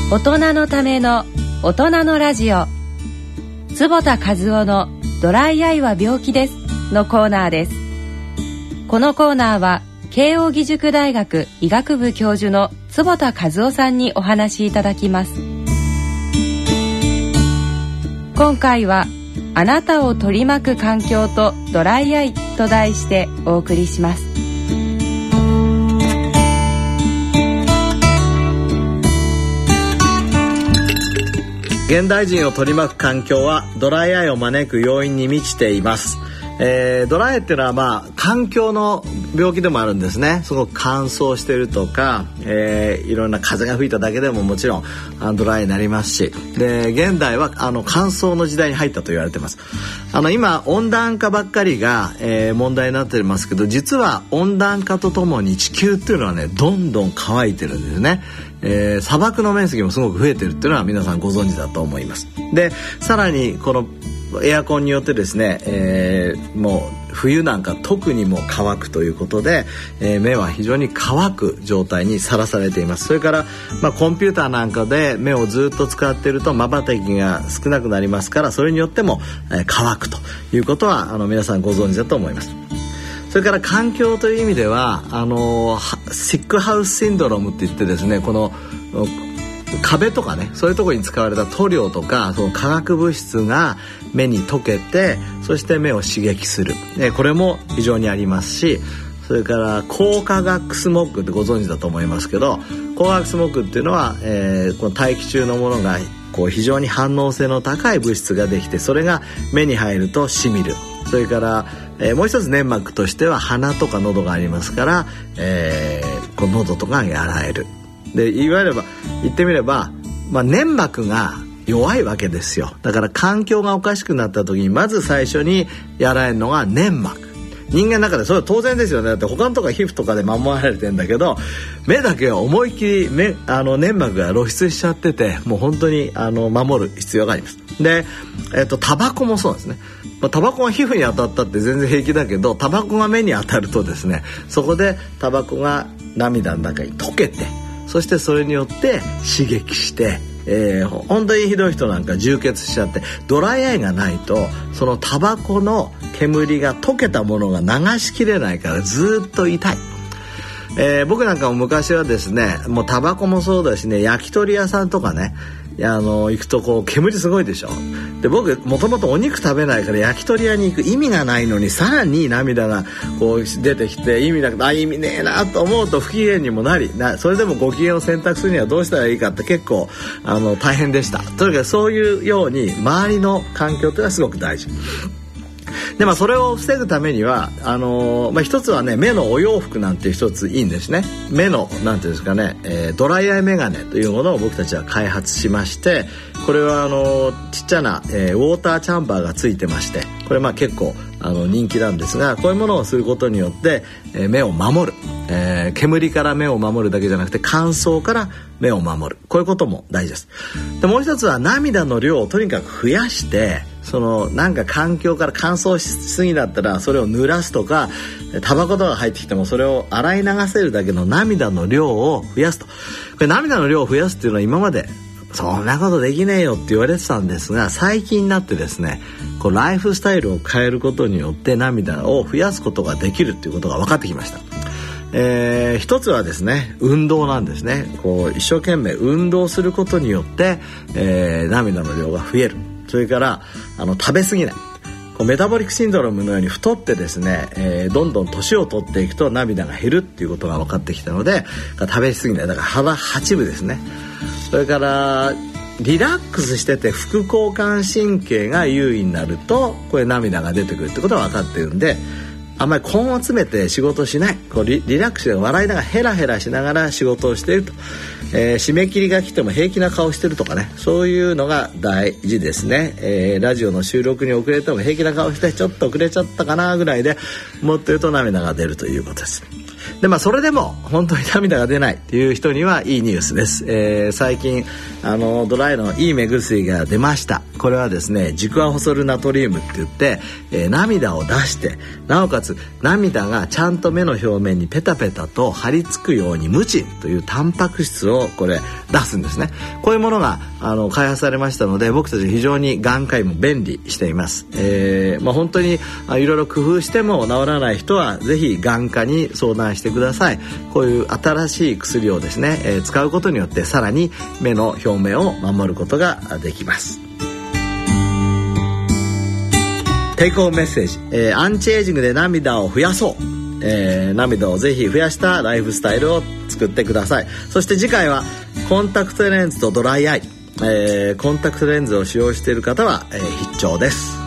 大人のための大人のラジオ、坪田和夫のドライアイは病気ですのコーナーです。このコーナーは慶應義塾大学医学部教授の坪田和夫さんにお話しいただきます。今回はあなたを取り巻く環境とドライアイと題してお送りします。 現代人を取り巻く環境はドライアイを招く要因に満ちています。ドライアイっていうのは環境の病気でもあるんですね。すごく乾燥しているとか、いろんな風が吹いただけでももちろんドライになりますし、で現代は乾燥の時代に入ったと言われています。今温暖化ばっかりが、問題になっていますけど、実は温暖化とともに地球っていうのはね、どんどん乾いてるんですね。砂漠の面積もすごく増えてるっていうのは皆さんご存知だと思います。でさらにこのエアコンによってですね、もう冬なんか特にもう乾くということで、目は非常に乾く状態にさらされています。それから、コンピューターなんかで目をずっと使っていると瞬きが少なくなりますから、それによっても、乾くということは皆さんご存知だと思います。それから環境という意味ではシックハウスシンドロームって言ってですね、この壁とかね、そういうところに使われた塗料とかその化学物質が目に溶けて、そして目を刺激する、これも非常にありますし、それから光化学スモッグってご存知だと思いますけど、光化学スモッグっていうのは、この大気中のものが非常に反応性の高い物質ができて、それが目に入るとしみる。それから、もう一つ粘膜としては鼻とか喉がありますから、喉とかが洗える。で言ってみれば、粘膜が弱いわけですよ。だから環境がおかしくなった時にまず最初にやられるのが粘膜。人間の中でそれは当然ですよね。だって他のとか皮膚とかで守られてるんだけど、目だけは思いっきり粘膜が露出しちゃってて、もう本当に守る必要があります。で、タバコもそうですね。タバコが皮膚に当たったって全然平気だけど、タバコが目に当たるとですね、そこでタバコが涙の中に溶けて、そしてそれによって刺激して、本当にひどい人なんか充血しちゃって、ドライアイがないとそのタバコの煙が溶けたものが流しきれないからずっと痛い。僕なんかも昔はですね、もうタバコもそうだしね、焼き鳥屋さんとかね、行くと煙すごいでしょ。で僕もともとお肉食べないから焼き鳥屋に行く意味がないのに、さらに涙が出てきて、意味ねえなと思うと不機嫌にもなり、それでもご機嫌を選択するにはどうしたらいいかって結構大変でした。とにかくそういうように周りの環境というのはすごく大事で、それを防ぐためには一つはね、目のお洋服なんて一ついいんですね。目のなんていうんですかね、ドライアイメガネというものを僕たちは開発しまして、これはちっちゃな、ウォーターチャンバーがついてまして、これ結構人気なんですが、こういうものをすることによって、目を守る、煙から目を守るだけじゃなくて乾燥から目を守る、こういうことも大事です。でもう一つは涙の量をとにかく増やして、なんか環境から乾燥しすぎだったらそれを濡らすとか、タバコとか入ってきてもそれを洗い流せるだけの涙の量を増やすと。これ涙の量を増やすっていうのは今までそんなことできねえよって言われてたんですが、最近になってですね、ライフスタイルを変えることによって涙を増やすことができるっていうことが分かってきました。一つはですね、運動なんですね。一生懸命運動することによって、涙の量が増える。それから食べ過ぎない。メタボリックシンドロームのように太ってですね、どんどん年を取っていくと涙が減るっていうことが分かってきたので、食べ過ぎない。だから腹八分ですね。それからリラックスしてて副交感神経が優位になると、これ涙が出てくるってことが分かっているんで、あんまり根を詰めて仕事をしない、リラックスして笑いながらヘラヘラしながら仕事をしていると、締め切りが来ても平気な顔してるとかね、そういうのが大事ですね。ラジオの収録に遅れても平気な顔してちょっと遅れちゃったかなぐらいでもっと言うと涙が出るということです。 でそれでも本当に涙が出ないっていう人にはいいニュースです。最近ドライのいい目薬が出ました。これはですねジクアホソルナトリウムって言って、涙を出してなおかつ涙がちゃんと目の表面にペタペタと張り付くようにムチンというタンパク質をこれ出すんですね。こういうものが開発されましたので僕たち非常に眼科医も便利しています。本当にいろいろ工夫しても治らない人はぜひ眼科に相談してください。こういう新しい薬をですね、使うことによってさらに目の表面を守ることができます。テイクホームメッセージ、アンチエイジングで涙を増やそう、涙をぜひ増やしたライフスタイルを作ってください。そして次回はコンタクトレンズとドライアイ、コンタクトレンズを使用している方は、必聴です。